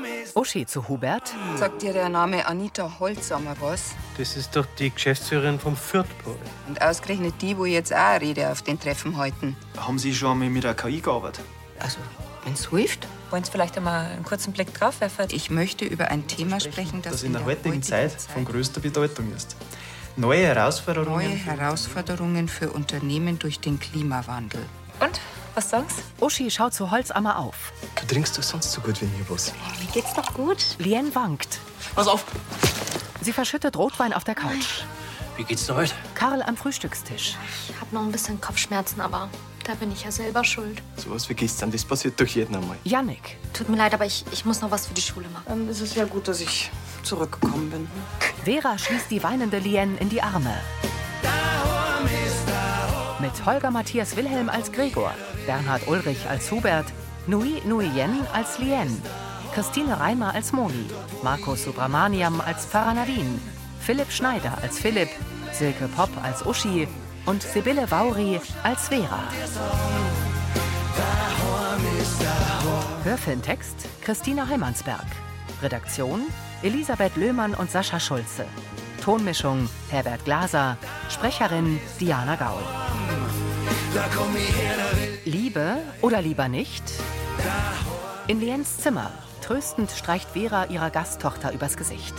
Uschi zu Hubert. Sagt dir der Name Anita Holzamer was? Das ist doch die Geschäftsführerin vom Fürthpol. Und ausgerechnet die, wo jetzt auch eine Rede auf den Treffen halten. Haben Sie schon einmal mit der KI gearbeitet? Also, wenn's hilft. Wollen Sie vielleicht einmal einen kurzen Blick drauf werfen? Ich möchte über ein Thema sprechen, das in der heutigen Zeit von größter Bedeutung ist. Neue Herausforderungen für Unternehmen durch den Klimawandel. Und? Was sagst du? Uschi schaut zu Holzamer auf. Du trinkst doch sonst so gut wie mir was. Mir geht's doch gut. Lien wankt. Pass auf! Sie verschüttet Rotwein auf der Couch. Wie geht's dir heute? Karl am Frühstückstisch. Ich hab noch ein bisschen Kopfschmerzen, aber da bin ich ja selber schuld. So was wie gestern, das passiert doch jeden einmal. Jannik. Tut mir leid, aber ich muss noch was für die Schule machen. Dann ist es ja gut, dass ich zurückgekommen bin. Vera schließt die weinende Lien in die Arme. Mit Holger Matthias Wilhelm als Gregor, Bernhard Ulrich als Hubert, Nui Nguyen als Lien, Christine Reimer als Moni, Markus Subramaniam als Pfarrer Nadine, Philipp Schneider als Philipp, Silke Popp als Uschi und Sibylle Vauri als Vera. Hörfilmtext Christina Heimansberg. Redaktion Elisabeth Löhmann und Sascha Schulze. Tonmischung Herbert Glaser. Sprecherin Diana Gaul. Liebe oder lieber nicht? In Liens Zimmer. Tröstend streicht Vera ihrer Gasttochter übers Gesicht.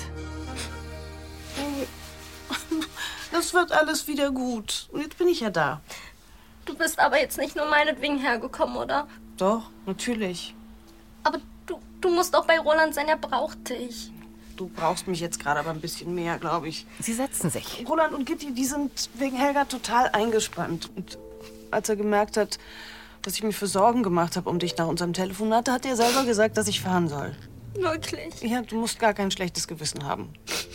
Das wird alles wieder gut. Und jetzt bin ich ja da. Du bist aber jetzt nicht nur meinetwegen hergekommen, oder? Doch, natürlich. Aber du musst auch bei Roland sein, er braucht dich. Du brauchst mich jetzt gerade aber ein bisschen mehr, glaube ich. Sie setzen sich. Roland und Gitti, die sind wegen Helga total eingespannt. Und als er gemerkt hat, dass ich mir für Sorgen gemacht habe um dich nach unserem Telefonat, hat er selber gesagt, dass ich fahren soll. Wirklich? Ja, du musst gar kein schlechtes Gewissen haben.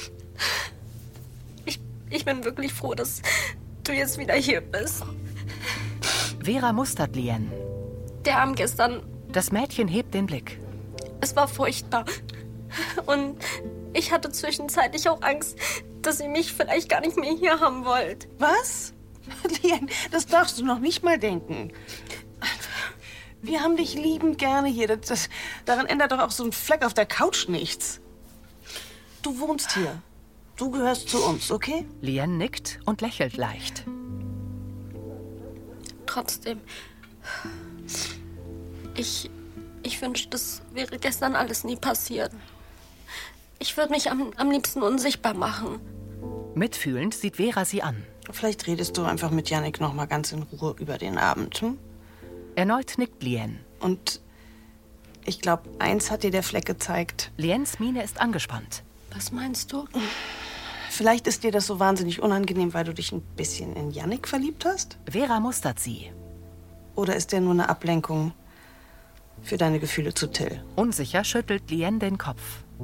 Ich bin wirklich froh, dass du jetzt wieder hier bist. Vera mustert Lien. Der Abend gestern. Das Mädchen hebt den Blick. Es war furchtbar. Und ich hatte zwischenzeitlich auch Angst, dass ihr mich vielleicht gar nicht mehr hier haben wollt. Was? Lien, das darfst du noch nicht mal denken. Wir haben dich liebend gerne hier. Daran ändert doch auch so ein Fleck auf der Couch nichts. Du wohnst hier. Du gehörst zu uns, okay? Lien nickt und lächelt leicht. Trotzdem. Ich wünschte, das wäre gestern alles nie passiert. Ich würde mich am liebsten unsichtbar machen. Mitfühlend sieht Vera sie an. Vielleicht redest du einfach mit Jannik noch mal ganz in Ruhe über den Abend, hm? Erneut nickt Lien. Und ich glaube, eins hat dir der Fleck gezeigt. Liens Miene ist angespannt. Was meinst du? Vielleicht ist dir das so wahnsinnig unangenehm, weil du dich ein bisschen in Jannik verliebt hast? Vera mustert sie. Oder ist der nur eine Ablenkung für deine Gefühle zu Till? Unsicher schüttelt Lien den Kopf.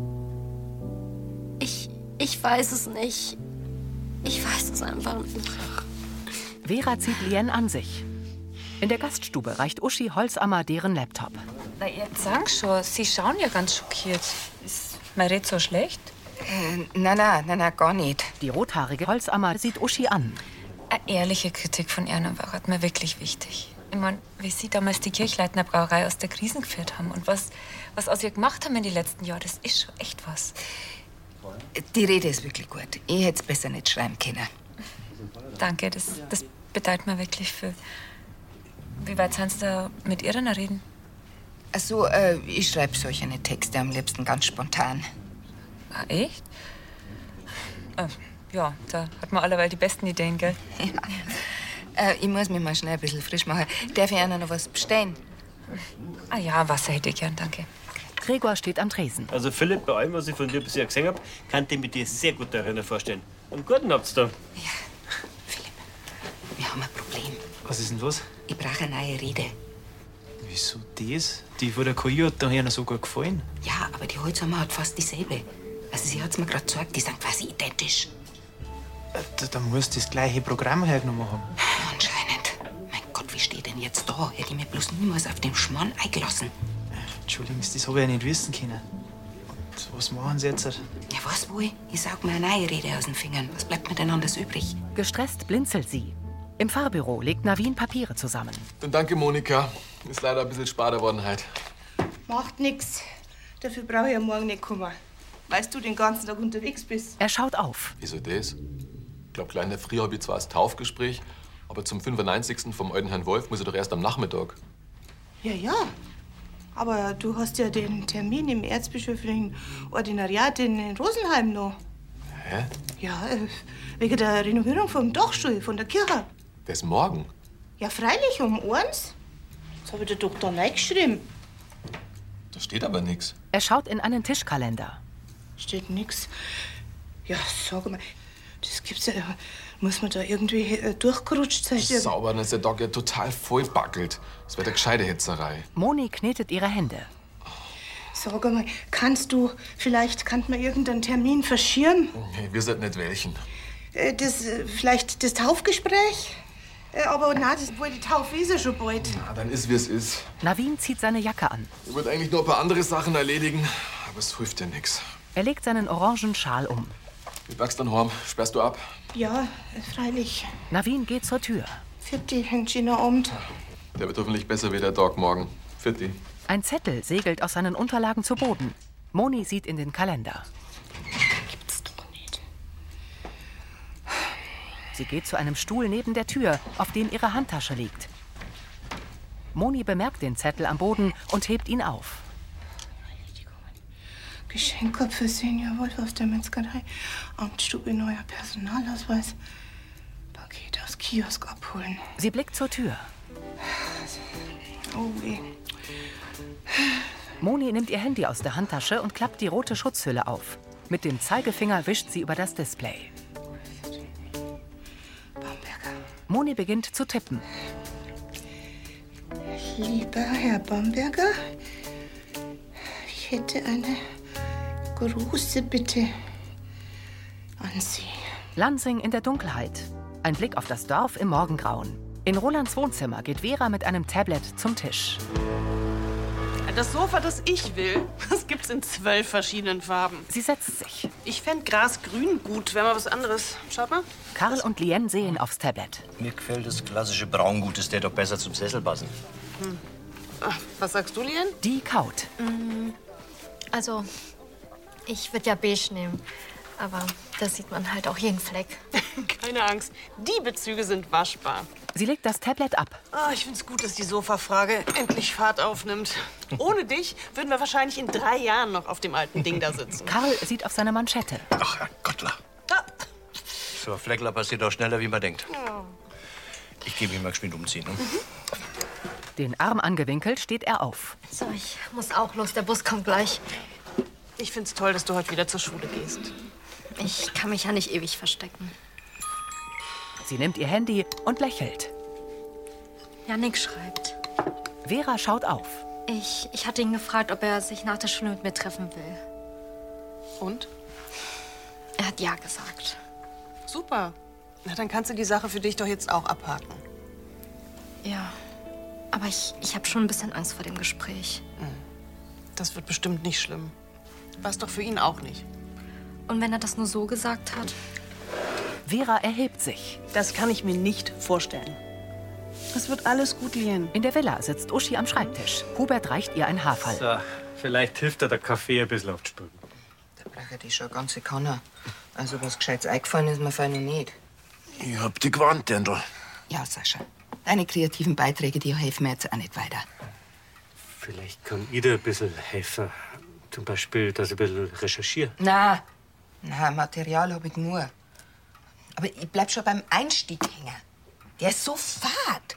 Ich weiß es nicht. Ich weiß es einfach nicht. Vera zieht Lien an sich. In der Gaststube reicht Uschi Holzamer deren Laptop. Na, jetzt sag schon, Sie schauen ja ganz schockiert. Ist mein Red so schlecht? Nein, gar nicht. Die rothaarige Holzamer sieht Uschi an. Eine ehrliche Kritik von Ihnen war mir wirklich wichtig. Ich meine, wie Sie damals die Kirchleitner Brauerei aus der Krise geführt haben und was aus ihr gemacht haben in den letzten Jahren, das ist schon echt was. Die Rede ist wirklich gut. Ich hätte es besser nicht schreiben können. Danke, das bedeutet mir wirklich viel. Wie weit sind Sie da mit Ihren Reden? Ach so, ich schreibe solche Texte am liebsten ganz spontan. Ah, echt? Ja, da hat man allerweil die besten Ideen, gell? Ja. Ich muss mich mal schnell ein bisschen frisch machen. Darf ich Ihnen noch was bestellen? Ah ja, Wasser hätte ich gern, danke. Gregor steht am Tresen. Also Philipp, bei allem, was ich von dir bisher gesehen habe, kann ich mir dir sehr gut darin vorstellen. Einen guten habt's da. Ja, Philipp, wir haben ein Problem. Was ist denn los? Ich brauche eine neue Rede. Wieso das? Die von der KI hat daher so gut gefallen. Ja, aber die Holzamer hat fast dieselbe. Also sie hat's mir gerade gesagt, die sind quasi identisch. Da musst du das gleiche Programm hergenommen haben. Anscheinend. Mein Gott, wie steht denn jetzt da? Hätte ich mir bloß niemals auf den Schmarrn eingelassen. Entschuldigung, das habe ich ja nicht wissen können. Und was machen Sie jetzt? Ja, was wohl? Ich saug mir eine neue Rede aus den Fingern. Was bleibt mir denn anders übrig? Gestresst blinzelt sie. Im Fahrbüro legt Navin Papiere zusammen. Und danke, Monika. Ist leider ein bisschen später geworden heute. Macht nix. Dafür brauche ich ja morgen nicht kommen. Weißt du den ganzen Tag unterwegs bist. Er schaut auf. Wieso das? Ich glaube, gleich in der Früh habe ich zwar das Taufgespräch, aber zum 95. vom alten Herrn Wolf muss ich doch erst am Nachmittag. Ja, ja. Aber du hast ja den Termin im erzbischöflichen Ordinariat in Rosenheim noch. Hä? Ja, wegen der Renovierung vom Dachstuhl, von der Kirche. Das morgen? Ja, freilich, um 1. Das habe ich der Doktor reingeschrieben. Da steht aber nichts. Er schaut in einen Tischkalender. Steht nix. Ja, sag mal, das gibt's ja. Muss man da irgendwie durchgerutscht sein? Sauber, dann ist der Tag ja total vollbackelt. Das wäre eine gescheite Hetzerei. Moni knetet ihre Hände. Sag mal, kann man irgendeinen Termin verschieben? Nee, wir sind nicht welchen. Vielleicht das Taufgespräch? Aber nein, das wohl die Taufe ist ja schon bald. Na, dann ist, wie es ist. Navin zieht seine Jacke an. Ich wollte eigentlich nur ein paar andere Sachen erledigen, aber es hilft ja nichts. Er legt seinen orangen Schal um. Wie packst du dann heim? Sperrst du ab? Ja, freilich. Navin geht zur Tür. Für die schönen Abend. Der wird hoffentlich besser wie der Tag morgen. Für die. Ein Zettel segelt aus seinen Unterlagen zu Boden. Moni sieht in den Kalender. Gibt's doch nicht. Sie geht zu einem Stuhl neben der Tür, auf dem ihre Handtasche liegt. Moni bemerkt den Zettel am Boden und hebt ihn auf. Geschenk für Senior Wolf aus der Metzgerei. Amtsstube, neuer Personalausweis. Paket aus Kiosk abholen. Sie blickt zur Tür. Oh weh. Moni nimmt ihr Handy aus der Handtasche und klappt die rote Schutzhülle auf. Mit dem Zeigefinger wischt sie über das Display. Bamberger. Moni beginnt zu tippen. Lieber Herr Bamberger, ich hätte eine große Bitte an Sie. Lansing in der Dunkelheit. Ein Blick auf das Dorf im Morgengrauen. In Rolands Wohnzimmer geht Vera mit einem Tablet zum Tisch. Das Sofa, das ich will, das gibt's in 12 verschiedenen Farben. Sie setzt sich. Ich fänd Grasgrün gut, wäre mal was anderes. Schaut mal. Karl und Lien sehen aufs Tablet. Mir gefällt das klassische Braungut, das der doch besser zum Sessel passen. Ach, was sagst du, Lien? Die kaut. Also, ich würde ja beige nehmen. Aber da sieht man halt auch jeden Fleck. Keine Angst, die Bezüge sind waschbar. Sie legt das Tablet ab. Oh, ich find's gut, dass die Sofafrage endlich Fahrt aufnimmt. Ohne dich würden wir wahrscheinlich in 3 Jahren noch auf dem alten Ding da sitzen. Karl sieht auf seine Manschette. Ach, Herr Gottler. So ein Fleckler passiert auch schneller, wie man denkt. Ich gehe mich mal geschwind umziehen. Ne? Den Arm angewinkelt steht er auf. So, ich muss auch los. Der Bus kommt gleich. Ich find's toll, dass du heute wieder zur Schule gehst. Ich kann mich ja nicht ewig verstecken. Sie nimmt ihr Handy und lächelt. Jannik schreibt. Vera schaut auf. Ich hatte ihn gefragt, ob er sich nach der Schule mit mir treffen will. Und? Er hat ja gesagt. Super. Na, dann kannst du die Sache für dich doch jetzt auch abhaken. Ja, aber ich habe schon ein bisschen Angst vor dem Gespräch. Das wird bestimmt nicht schlimm. War's doch für ihn auch nicht. Und wenn er das nur so gesagt hat? Vera erhebt sich. Das kann ich mir nicht vorstellen. Es wird alles gut, Lien. In der Villa sitzt Uschi am Schreibtisch. Hubert reicht ihr ein Haarfall. So, vielleicht hilft dir der Kaffee ein bisschen auf die Spur. Der Brecher ist schon eine ganze Kanne. Also was Gescheites eingefallen ist mir fein noch nicht. Ich hab dich gewarnt, Dirndl. Ja, Sascha. Deine kreativen Beiträge, die helfen mir jetzt auch nicht weiter. Vielleicht kann ich dir ein bisschen helfen. Zum Beispiel, dass ich ein bisschen recherchiere. Na, Material habe ich nur. Aber ich bleib schon beim Einstieg hängen. Der ist so fad.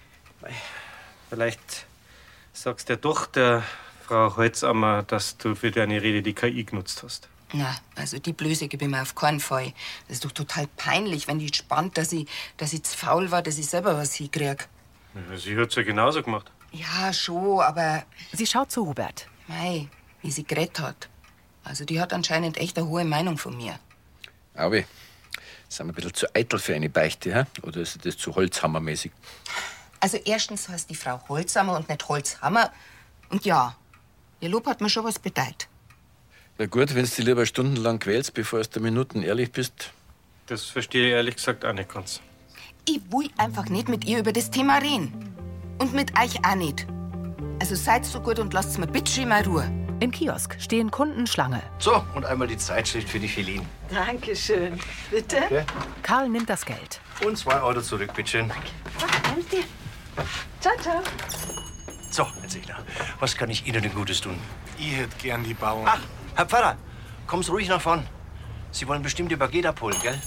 Vielleicht sagst du doch der Frau Holzammer, dass du für deine Rede die KI genutzt hast. Na, also die Blöße gebe ich mir auf keinen Fall. Das ist doch total peinlich, wenn die spannt, dass ich zu faul war, dass ich selber was hinkrieg. Ja, sie hat's ja genauso gemacht. Ja, schon, aber Sie schaut zu Hubert. mei, wie sie geredet hat. Also die hat anscheinend echt eine hohe Meinung von mir. Aber sind wir ein bisschen zu eitel für eine Beichte, hä? Oder ist das zu holzhammermäßig? Also erstens heißt die Frau Holzhammer und nicht Holzhammer. Und ja, ihr Lob hat mir schon was bedeutet. Na gut, wenn du lieber stundenlang quälst, bevor du Minuten ehrlich bist. Das verstehe ich ehrlich gesagt auch nicht ganz. Ich will einfach nicht mit ihr über das Thema reden. Und mit euch auch nicht. Also seid so gut und lasst mir bitte schön mal Ruhe. Im Kiosk stehen Kunden Schlange. So, und einmal die Zeitschrift für die Feline. Dankeschön. Bitte? Okay. Karl nimmt das Geld. Und 2 Euro zurück, bitteschön. Nimm's dir. Ciao, ciao. So, Herr Segner, was kann ich Ihnen denn Gutes tun? Ich hätte gern die Bauern. Ach, Herr Pfarrer, kommen Sie ruhig nach vorn. Sie wollen bestimmt Ihr Paket abholen, gell?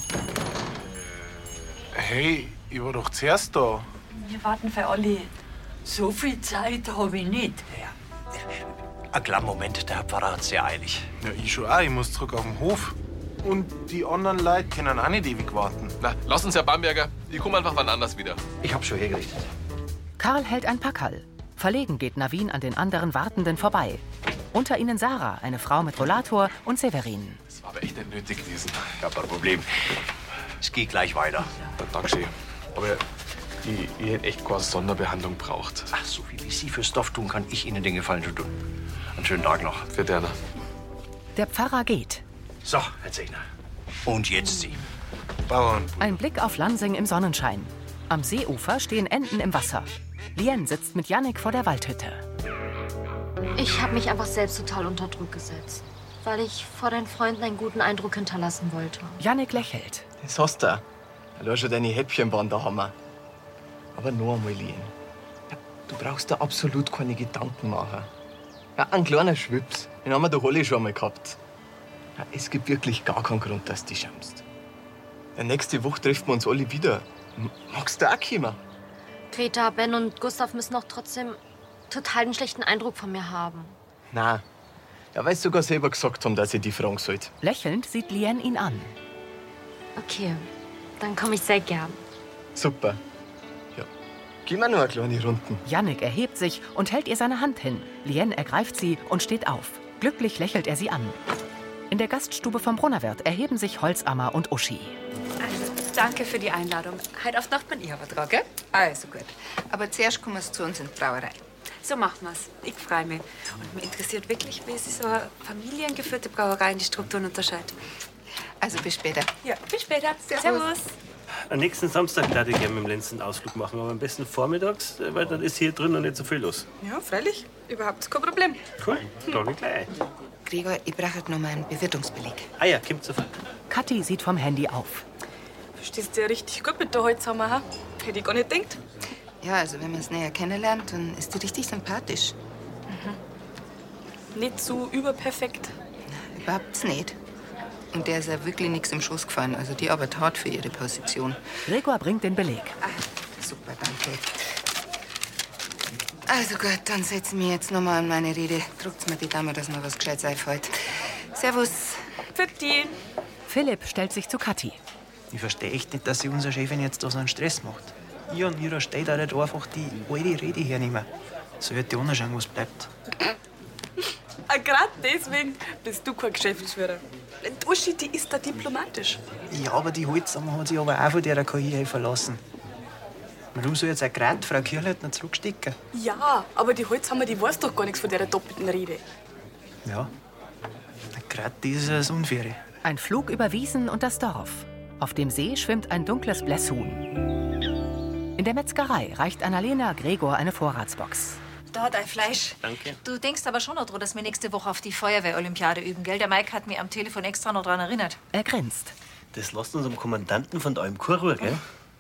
Hey, ich war doch zuerst da. Wir warten für alle. So viel Zeit habe ich nicht. Ein kleiner Moment, der Herr Pfarrer hat's sehr eilig. Ja, ich schon auch. Ich muss zurück auf den Hof. Und die anderen Leute können auch nicht ewig warten. Na, lass uns, Herr Bamberger. Ich komme einfach wann anders wieder. Ich hab's schon hergerichtet. Karl hält ein Packerl. Verlegen geht Navin an den anderen Wartenden vorbei. Unter ihnen Sarah, eine Frau mit Rollator, und Severin. Das war aber echt nicht nötig gewesen. Gar kein Problem. Es geht gleich weiter. Dankeschön. Aber ich hätte echt keine Sonderbehandlung braucht. Ach, so viel wie Sie fürs Dorf tun, kann ich Ihnen den Gefallen schon tun. Einen schönen Tag noch. Für Derner. Der Pfarrer geht. So, Herr Zegner. Und jetzt Sie. Bauern. Ein Blick auf Lansing im Sonnenschein. Am Seeufer stehen Enten im Wasser. Lien sitzt mit Jannik vor der Waldhütte. Ich habe mich einfach selbst total unter Druck gesetzt, weil ich vor deinen Freunden einen guten Eindruck hinterlassen wollte. Jannik lächelt. Das hast du auch. Du hast schon deine Häppchenbahn da haben. Aber noch einmal, Lien. Du brauchst da absolut keine Gedanken machen. Ja, ein kleiner Schwips, den haben wir doch alle schon einmal gehabt. Ja, es gibt wirklich gar keinen Grund, dass du dich schämst. Ja, nächste Woche treffen wir uns alle wieder. Magst du auch kommen? Greta, Ben und Gustav müssen doch trotzdem total einen schlechten Eindruck von mir haben. Nein. Ja, weil sie sogar selber gesagt haben, dass ich die fragen sollte. Lächelnd sieht Lien ihn an. Okay, dann komme ich sehr gern. Super. Ja, gehen wir noch eine kleine Runde. Jannik erhebt sich und hält ihr seine Hand hin. Lien ergreift sie und steht auf. Glücklich lächelt er sie an. In der Gaststube vom Brunnerwirt erheben sich Holzammer und Uschi. Also, danke für die Einladung. Heute auf Nacht bin ich aber dran, gell? Also gut. Aber zuerst kommen Sie zu uns in die Brauerei. So machen wir's. Ich freue mich. Und mich interessiert wirklich, wie sich so eine familiengeführte Brauerei in die Strukturen unterscheidet. Also bis später. Ja, bis später. Servus. Am nächsten Samstag würde ich gerne mit dem Lenz einen Ausflug machen, aber am besten vormittags, weil dann ist hier drin noch nicht so viel los. Ja, freilich. Überhaupt kein Problem. Cool, trage ich gleich. Gregor, ich brauche noch mal einen Bewirtungsbeleg. Ah ja, kommt sofort. Kathi sieht vom Handy auf. Verstehst du ja richtig gut mit der Holzhammer, ha? Hätte ich gar nicht gedacht. Ja, also wenn man es näher kennenlernt, dann ist die richtig sympathisch. Nicht so überperfekt. Überhaupt nicht. Und der ist ja wirklich nichts im Schoß gefallen. Also die arbeitet hart für ihre Position. Gregor bringt den Beleg. Super, danke. Also gut, dann setzen wir jetzt noch mal an meine Rede. Druckt's mir die Dame, dass mir was Gescheites einfällt. Servus. Für die. Philipp stellt sich zu Kathi. Ich verstehe echt nicht, dass sich unser Chefin jetzt da so einen Stress macht. Ich an ihrer Stelle nicht einfach die alte Rede hernehmen. So wird die anschauen, was bleibt. Gerade deswegen bist du kein Geschäftsführer. Die Uschi, die ist da diplomatisch. Ja, aber die Holzhammer hat sich aber auch von der KI verlassen. Warum soll jetzt auch gerade Frau Kirchleitner zurückstecken? Ja, aber die Holzhammer, die weiß doch gar nichts von der doppelten Rede. Ja, gerade das ist das Unfaire. Ein Flug über Wiesen und das Dorf. Auf dem See schwimmt ein dunkles Blässhuhn. In der Metzgerei reicht Annalena Gregor eine Vorratsbox. Da hat ein Fleisch. Danke. Du denkst aber schon noch dran, dass wir nächste Woche auf die Feuerwehr-Olympiade üben, gell? Der Mike hat mich am Telefon extra noch dran erinnert. Er grinst. Das lasst unserem Kommandanten von eurem Chor, gell?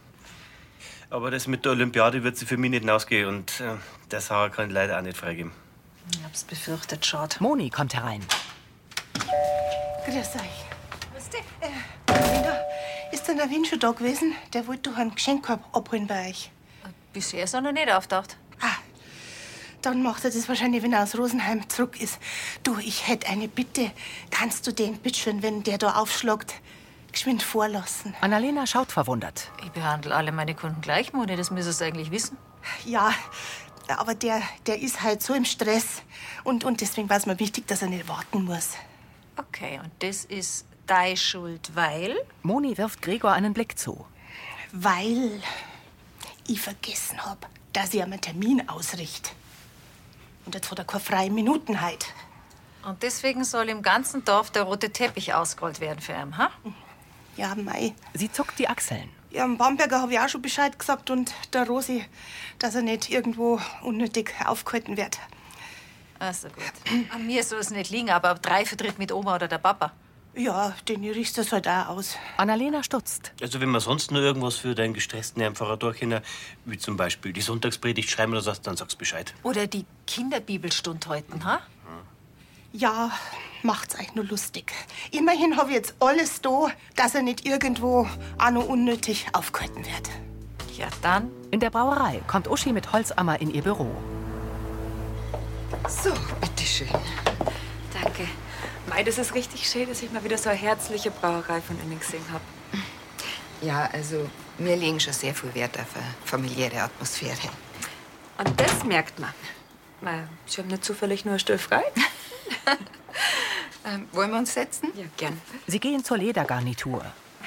Aber das mit der Olympiade wird sie für mich nicht hinausgehen und der Sarah kann ich leider auch nicht freigeben. Ich hab's befürchtet, schade. Moni kommt herein. Grüß euch. Was denn? Ist der Navin schon da gewesen? Der wollte doch einen Geschenkkorb abholen bei euch. Bisher ist er noch nicht auftaucht. Dann macht er das wahrscheinlich, wenn er aus Rosenheim zurück ist. Du, ich hätte eine Bitte. Kannst du den bitteschön, wenn der da aufschlagt, geschwind vorlassen? Annalena schaut verwundert. Ich behandle alle meine Kunden gleich, Moni. Das müsstest du eigentlich wissen. Ja, aber der ist halt so im Stress. Und deswegen war es mir wichtig, dass er nicht warten muss. Okay, und das ist deine Schuld, weil? Moni wirft Gregor einen Blick zu. Weil ich vergessen hab, dass ich einen Termin ausrichte. Und jetzt hat er keine freien Minuten heute. Und deswegen soll im ganzen Dorf der rote Teppich ausgerollt werden für ihn, ha? Ja, mei. Sie zuckt die Achseln. Ja, dem Bamberger habe ich auch schon Bescheid gesagt und der Rosi, dass er nicht irgendwo unnötig aufgehalten wird. Also gut. An mir soll es nicht liegen, aber 3/4 mit Oma oder der Papa. Ja, den riechst du halt auch aus. Annalena stutzt. Also wenn man sonst nur irgendwas für deinen gestressten Herrn Pfarrer durchkennen, wie zum Beispiel die Sonntagspredigt schreiben oder so, dann sagst Bescheid. Oder die Kinderbibelstunde heute, ha? Ja, macht's euch nur lustig. Immerhin habe ich jetzt alles da, dass er nicht irgendwo auch noch unnötig aufgehalten wird. Ja, dann. In der Brauerei kommt Uschi mit Holzammer in ihr Büro. So, bitteschön. Danke. Mei, das ist richtig schön, dass ich mal wieder so eine herzliche Brauerei von Ihnen gesehen habe. Ja, also wir legen schon sehr viel Wert auf eine familiäre Atmosphäre. Und das merkt man. Mei, Sie haben nicht zufällig nur einen Stuhl frei? Wollen wir uns setzen? Ja, gern. Sie gehen zur Ledergarnitur.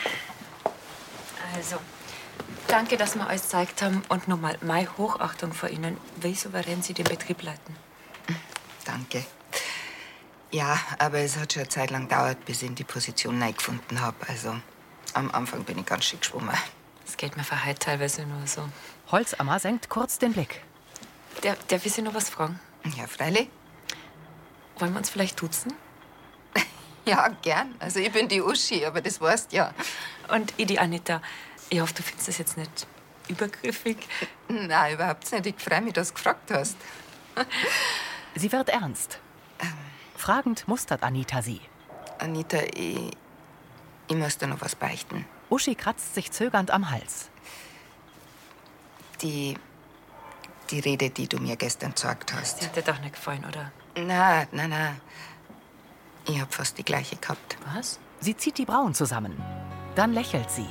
Also, danke, dass wir euch gezeigt haben und nochmal meine Hochachtung vor Ihnen, wie souverän Sie den Betrieb leiten. Danke. Ja, aber es hat schon eine Zeit lang gedauert, bis ich in die Position gefunden habe. Also am Anfang bin ich ganz schön geschwommen. Das geht mir für heute teilweise nur so. Holzammer senkt kurz den Blick. Darf ich Sie noch was fragen? Ja, freilich. Wollen wir uns vielleicht duzen? Ja, gern. Also ich bin die Uschi, aber das weißt ja. Und ich die Anita. Ich hoffe, du findest das jetzt nicht übergriffig. Nein, überhaupt nicht. Ich freue mich, dass du gefragt hast. Sie wird ernst. Fragend mustert Anita sie. Anita, ich muss dir noch was beichten. Uschi kratzt sich zögernd am Hals. Die Rede, die du mir gestern gesagt hast. Die hat dir doch nicht gefallen, oder? Nein. Ich hab fast die gleiche gehabt. Was? Sie zieht die Brauen zusammen. Dann lächelt sie.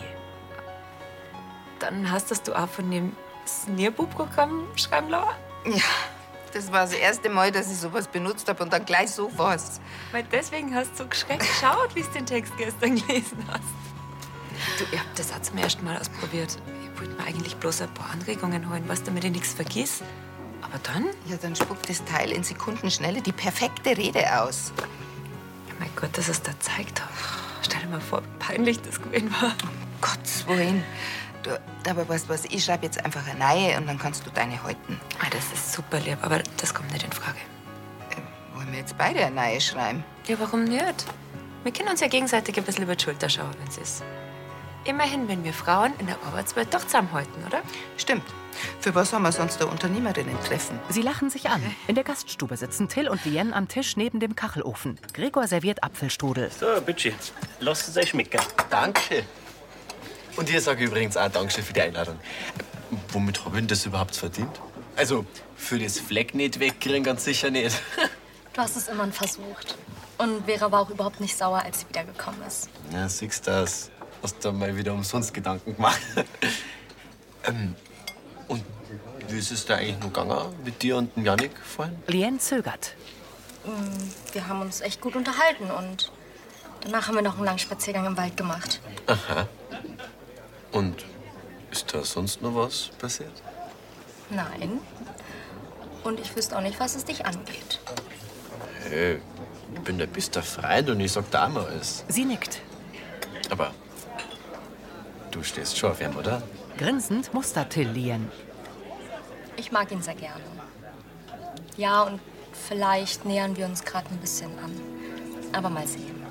Dann hast du auch von dem Snirbu-Programm schreiben lassen? Ja, das war das erste Mal, dass ich sowas benutzt habe und dann gleich so was. Weil deswegen hast du so geschreckt geschaut, wie du den Text gestern gelesen hast. Du, ich hab das auch zum ersten Mal ausprobiert. Ich wollte mir eigentlich bloß ein paar Anregungen holen, was damit ich nichts vergiss. Aber dann? Ja, dann spuckt das Teil in Sekundenschnelle die perfekte Rede aus. Ja, mein Gott, dass es da gezeigt hat. Stell dir mal vor, wie peinlich das gewesen war. Gottes Willen. Du, aber weißt du was, ich schreibe jetzt einfach eine neue und dann kannst du deine halten. Ah, das ist super lieb, aber das kommt nicht in Frage. Wollen wir jetzt beide eine neue schreiben? Ja, warum nicht? Wir können uns ja gegenseitig ein bisschen über die Schulter schauen, wenn es ist. Immerhin, wenn wir Frauen in der Arbeitswelt doch zusammenhalten, oder? Stimmt. Für was haben wir sonst da Unternehmerinnen-Treffen? Sie lachen sich an. In der Gaststube sitzen Till und Lien am Tisch neben dem Kachelofen. Gregor serviert Apfelstrudel. So, bitte. Lasst es euch schmecken. Danke. Und ich sage übrigens auch Dankeschön für die Einladung. Womit habe ich denn das überhaupt verdient? Also, für das Fleck nicht wegkriegen ganz sicher nicht. Du hast es immerhin versucht. Und Vera war auch überhaupt nicht sauer, als sie wiedergekommen ist. Ja, siehst du das. Hast du mal wieder umsonst Gedanken gemacht. Und wie ist es da eigentlich noch gegangen mit dir und dem Jannik vorhin? Lien zögert. Wir haben uns echt gut unterhalten und danach haben wir noch einen langen Spaziergang im Wald gemacht. Aha. Und ist da sonst noch was passiert? Nein. Und ich wüsste auch nicht, was es dich angeht. Hey, ich bin der beste Freund und ich sag da auch mal alles. Sie nickt. Aber du stehst schon auf ihn, oder? Grinsend mustert Till Lien. Ich mag ihn sehr gerne. Ja, und vielleicht nähern wir uns gerade ein bisschen an. Aber mal sehen.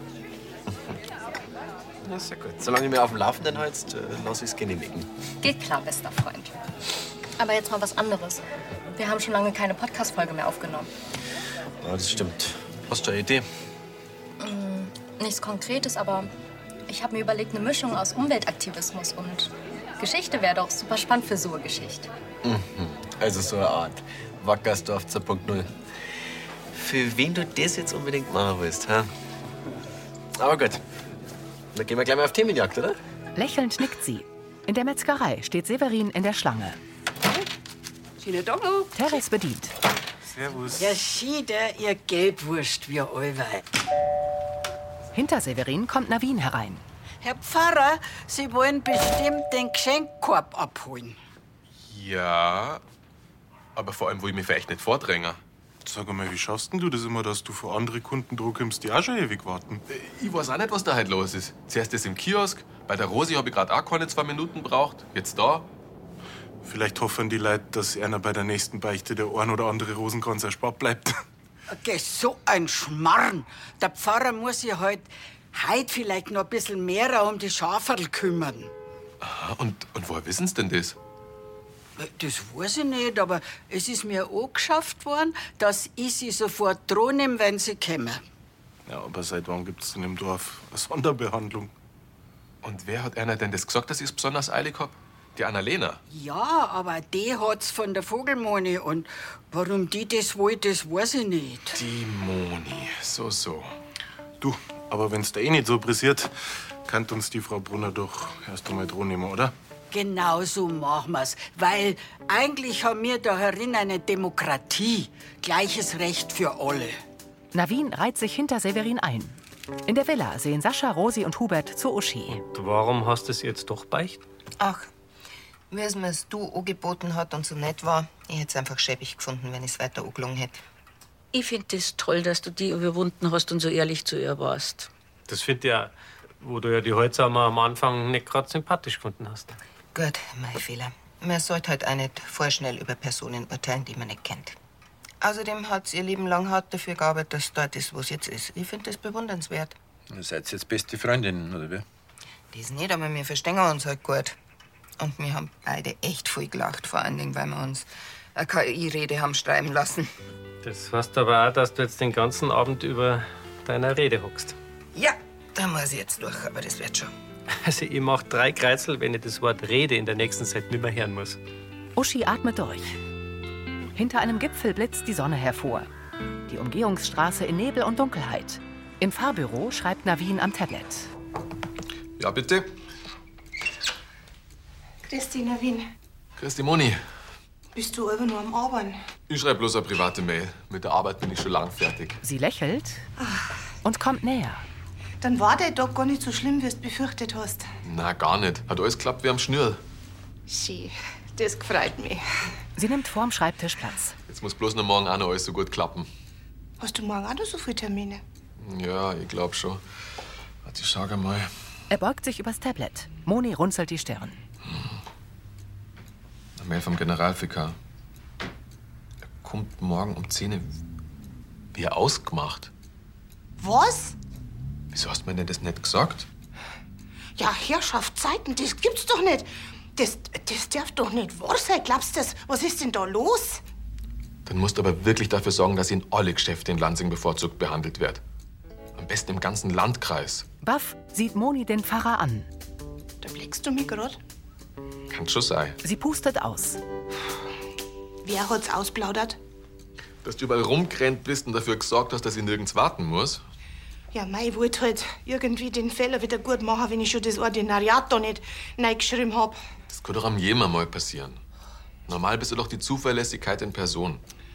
Na, sehr gut. Solange du mir auf dem Laufenden hältst, lass ich's genehmigen. Geht klar, bester Freund. Aber jetzt mal was anderes. Wir haben schon lange keine Podcast-Folge mehr aufgenommen. Ja, das stimmt. Hast du eine Idee? Nichts Konkretes, aber ich habe mir überlegt, eine Mischung aus Umweltaktivismus und Geschichte wäre doch super spannend für so eine Geschichte. Also so eine Art Wackersdorf 2.0. Für wen du das jetzt unbedingt machen willst, ha? Aber gut. Dann gehen wir gleich mal auf Themenjagd, oder? Lächelnd nickt sie. In der Metzgerei steht Severin in der Schlange. Schöne Dongo. Teres bedient. Servus. Ja, schiede, ihr Gelbwurst, wie allweil. Hinter Severin kommt Navin herein. Herr Pfarrer, Sie wollen bestimmt den Geschenkkorb abholen. Ja, aber vor allem will ich mich vielleicht nicht vordrängen. Sag einmal, wie schaffst denn du das immer, dass du für andere Kunden Druck kommst, die auch schon ewig warten? Ich weiß auch nicht, was da heute los ist. Zuerst das im Kiosk, bei der Rosi habe ich gerade auch keine 2 Minuten braucht. Jetzt da. Vielleicht hoffen die Leute, dass einer bei der nächsten Beichte der ein oder andere Rosenkranz erspart bleibt. Geh, so ein Schmarrn. Der Pfarrer muss sich halt heute vielleicht noch ein bisschen mehr um die Schaferl kümmern. Aha, und woher wissen Sie denn das? Das weiß ich nicht, aber es ist mir angeschafft worden, dass ich sie sofort dran nehme, wenn sie kommen. Ja, aber seit wann gibt's denn im Dorf eine Sonderbehandlung? Und wer hat einer denn das gesagt, dass ich es besonders eilig hab? Die Annalena. Ja, aber die hat's von der Vogelmoni. Und warum die das wollte, das weiß ich nicht. Die Moni, so. Du, aber wenn's da eh nicht so pressiert, kann uns die Frau Brunner doch erst einmal dran nehmen, oder? Genau so machen wir's. Weil eigentlich haben wir da herin eine Demokratie. Gleiches Recht für alle. Navin reiht sich hinter Severin ein. In der Villa sehen Sascha, Rosi und Hubert zu Uschi. Und warum hast du es jetzt doch beicht? Ach, wie es mir's du angeboten hat und so nett war, ich hätte es einfach schäbig gefunden, wenn ich es weiter angelungen hätte. Ich finde es toll, dass du die überwunden hast und so ehrlich zu ihr warst. Das finde ich ja, wo du ja die Holzhammer am Anfang nicht gerade sympathisch gefunden hast. Gut, mein Fehler. Man sollte halt auch nicht vorschnell über Personen urteilen, die man nicht kennt. Außerdem hat sie ihr Leben lang hart dafür gearbeitet, dass dort ist, wo es jetzt ist. Ich finde das bewundernswert. Ihr seid jetzt beste Freundinnen, oder wie? Das nicht, aber wir verstehen uns halt gut. Und wir haben beide echt viel gelacht, vor allen Dingen, weil wir uns eine KI-Rede haben schreiben lassen. Das heißt aber auch, dass du jetzt den ganzen Abend über deiner Rede hockst. Ja, da muss ich jetzt durch, aber das wird schon. Also ich mach 3 Kreuzel, wenn ich das Wort Rede in der nächsten Zeit nicht mehr hören muss. Uschi atmet durch. Hinter einem Gipfel blitzt die Sonne hervor. Die Umgehungsstraße in Nebel und Dunkelheit. Im Fahrbüro schreibt Navin am Tablet. Ja, bitte. Christi, Navin, Christi Moni. bist du aber nur am Arbeiten? Ich schreibe bloß eine private Mail. Mit der Arbeit bin ich schon lang fertig. Sie lächelt und kommt näher. Dann war der Tag gar nicht so schlimm, wie du befürchtet hast. Na, gar nicht. Hat alles geklappt wie am Schnürl. Schön, das gefreut mich. Sie nimmt vorm Schreibtisch Platz. Jetzt muss bloß noch morgen auch noch alles so gut klappen. Hast du morgen auch noch so viele Termine? Ja, ich glaub schon. Warte, ich schau mal. Er beugt sich übers Tablet. Moni runzelt die Stirn. Eine Mail vom Generalvikar. Er kommt morgen um 10 Uhr. Wie ausgemacht. Was? Wieso hast du mir denn das nicht gesagt? Ja, Herrschaftszeiten, das gibt's doch nicht. Das darf doch nicht wahr sein. Glaubst du das? Was ist denn da los? Dann musst du aber wirklich dafür sorgen, dass in alle Geschäfte in Lansing bevorzugt behandelt wird. Am besten im ganzen Landkreis. Baff sieht Moni den Pfarrer an. Da blickst du mich grad. Kann schon sein. Sie pustet aus. Wer hat's ausplaudert? Dass du überall rumgerannt bist und dafür gesorgt hast, dass ich nirgends warten muss. Ja, ich wollte halt irgendwie den Fehler wieder gut machen, wenn ich schon das Ordinariat da nicht reingeschrieben hab. Das kann doch am jedem mal passieren. Normal bist du doch die Zuverlässigkeit in Person.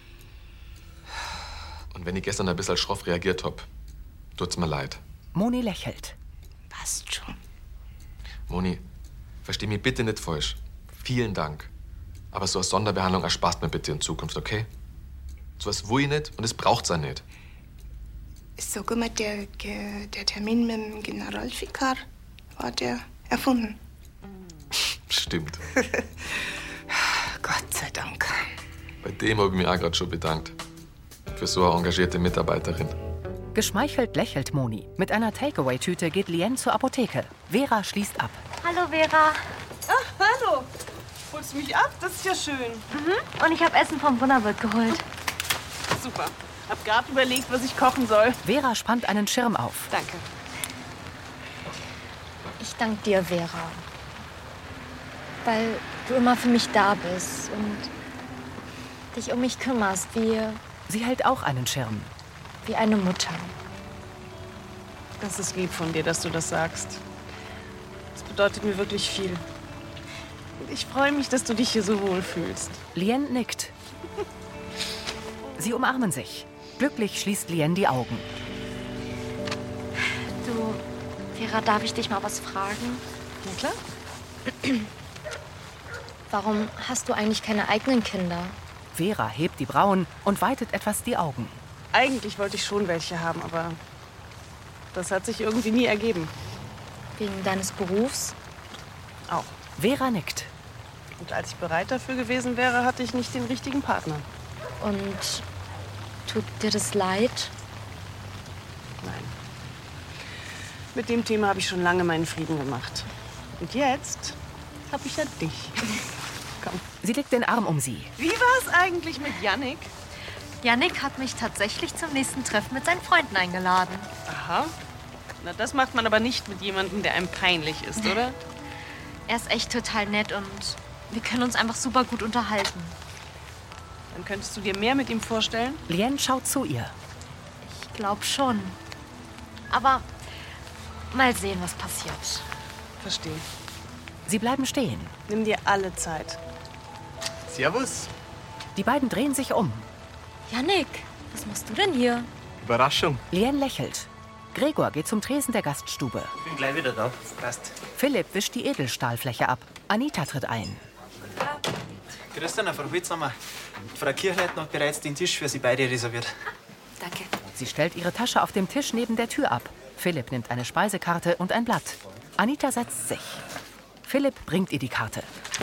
Und wenn ich gestern ein bisschen schroff reagiert hab, tut's mir leid. Moni lächelt. Passt schon. Moni, versteh mich bitte nicht falsch. Vielen Dank. Aber so eine Sonderbehandlung erspart mir bitte in Zukunft, okay? So was will ich nicht und es braucht's auch nicht. Sag mal, der Termin mit dem Generalvikar, war der erfunden? Stimmt. Gott sei Dank. Bei dem habe ich mich auch gerade schon bedankt. Für so eine engagierte Mitarbeiterin. Geschmeichelt lächelt Moni. Mit einer Takeaway-Tüte geht Lien zur Apotheke. Vera schließt ab. Hallo, Vera. Ach, hallo. Holst du mich ab? Das ist ja schön. Und ich habe Essen vom Wunderwirt geholt. Super. Hab gerade überlegt, was ich kochen soll. Vera spannt einen Schirm auf. Danke. Ich danke dir, Vera. Weil du immer für mich da bist und dich um mich kümmerst, Sie hält auch einen Schirm. wie eine Mutter. Das ist lieb von dir, dass du das sagst. Das bedeutet mir wirklich viel. Und ich freue mich, dass du dich hier so wohl fühlst. Lien nickt. Sie umarmen sich. Glücklich schließt Lien die Augen. Du, Vera, darf ich dich mal was fragen? Na klar. Warum hast du eigentlich keine eigenen Kinder? Vera hebt die Brauen und weitet etwas die Augen. Eigentlich wollte ich schon welche haben, aber das hat sich irgendwie nie ergeben. Wegen deines Berufs? Auch. Vera nickt. Und als ich bereit dafür gewesen wäre, hatte ich nicht den richtigen Partner. Und Tut dir das leid? Nein. Mit dem Thema habe ich schon lange meinen Frieden gemacht. Und jetzt habe ich ja dich. Komm. Sie legt den Arm um sie. Wie war's eigentlich mit Jannik? Jannik hat mich tatsächlich zum nächsten Treffen mit seinen Freunden eingeladen. Aha. Na, das macht man aber nicht mit jemandem, der einem peinlich ist, oder? Er ist echt total nett und wir können uns einfach super gut unterhalten. Dann könntest du dir mehr mit ihm vorstellen? Lien schaut zu ihr. Ich glaube schon. Aber mal sehen, was passiert. Verstehe. Sie bleiben stehen. Nimm dir alle Zeit. Servus. Die beiden drehen sich um. Jannik, was machst du denn hier? Überraschung. Lien lächelt. Gregor geht zum Tresen der Gaststube. Ich bin gleich wieder da. Passt. Philipp wischt die Edelstahlfläche ab. Anita tritt ein. Grüß dich, Frau Holzhammer. Frau Kirchleitner hat bereits den Tisch für Sie beide reserviert. Danke. Sie stellt ihre Tasche auf dem Tisch neben der Tür ab. Philipp nimmt eine Speisekarte und ein Blatt. Anita setzt sich. Philipp bringt ihr die Karte.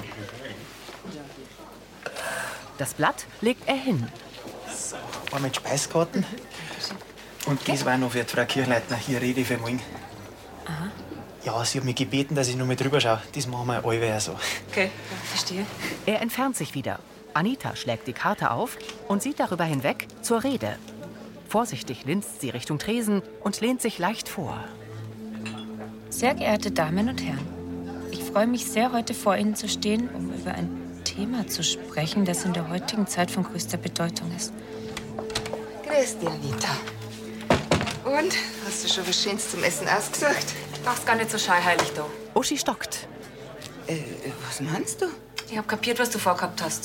Das Blatt legt er hin. So, einmal die Speiskarten. Und das war noch für die Frau Kirchleitner, hier Rede für morgen. Aha. Ja, sie hat mich gebeten, dass ich noch mal drüber schaue. Das machen wir alle so. Okay, verstehe. Er entfernt sich wieder. Anita schlägt die Karte auf und sieht darüber hinweg zur Rede. Vorsichtig linst sie Richtung Tresen und lehnt sich leicht vor. Sehr geehrte Damen und Herren, ich freue mich sehr, heute vor Ihnen zu stehen, um über ein Thema zu sprechen, das in der heutigen Zeit von größter Bedeutung ist. Grüß dich, Anita. Und? Hast du schon was Schönes zum Essen ausgesucht? Mach's gar nicht so scheinheilig, da. Uschi stockt. Was meinst du? Ich hab kapiert, was du vorgehabt hast.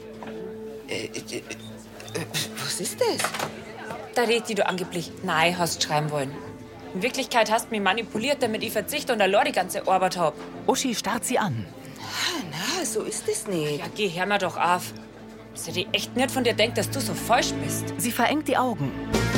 Was ist das? Da Rede, die du angeblich Nein hast schreiben wollen. In Wirklichkeit hast du mich manipuliert, damit ich verzichte und allein die ganze Arbeit hab. Uschi starrt sie an. Na, so ist es nicht. Ja, geh, hör mir doch auf. Dass ich echt nicht von dir denkt, dass du so falsch bist. Sie verengt die Augen.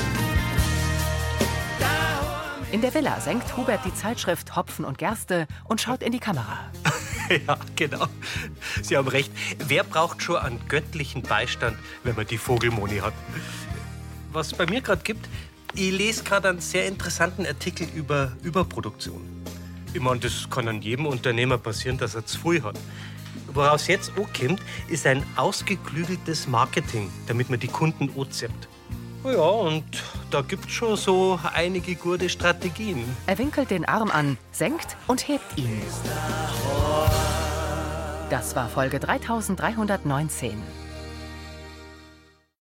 In der Villa senkt Hubert die Zeitschrift Hopfen und Gerste und schaut in die Kamera. Ja, genau. Sie haben recht. Wer braucht schon einen göttlichen Beistand, wenn man die Vogelmoni hat? Was es bei mir gerade gibt, ich lese gerade einen sehr interessanten Artikel über Überproduktion. Ich meine, das kann an jedem Unternehmer passieren, dass er zu viel hat. Woraus jetzt ankommt, ist ein ausgeklügeltes Marketing, damit man die Kunden anzieht. Ja, und da gibt's schon so einige gute Strategien. Er winkelt den Arm an, senkt und hebt ihn. Das war Folge 3319.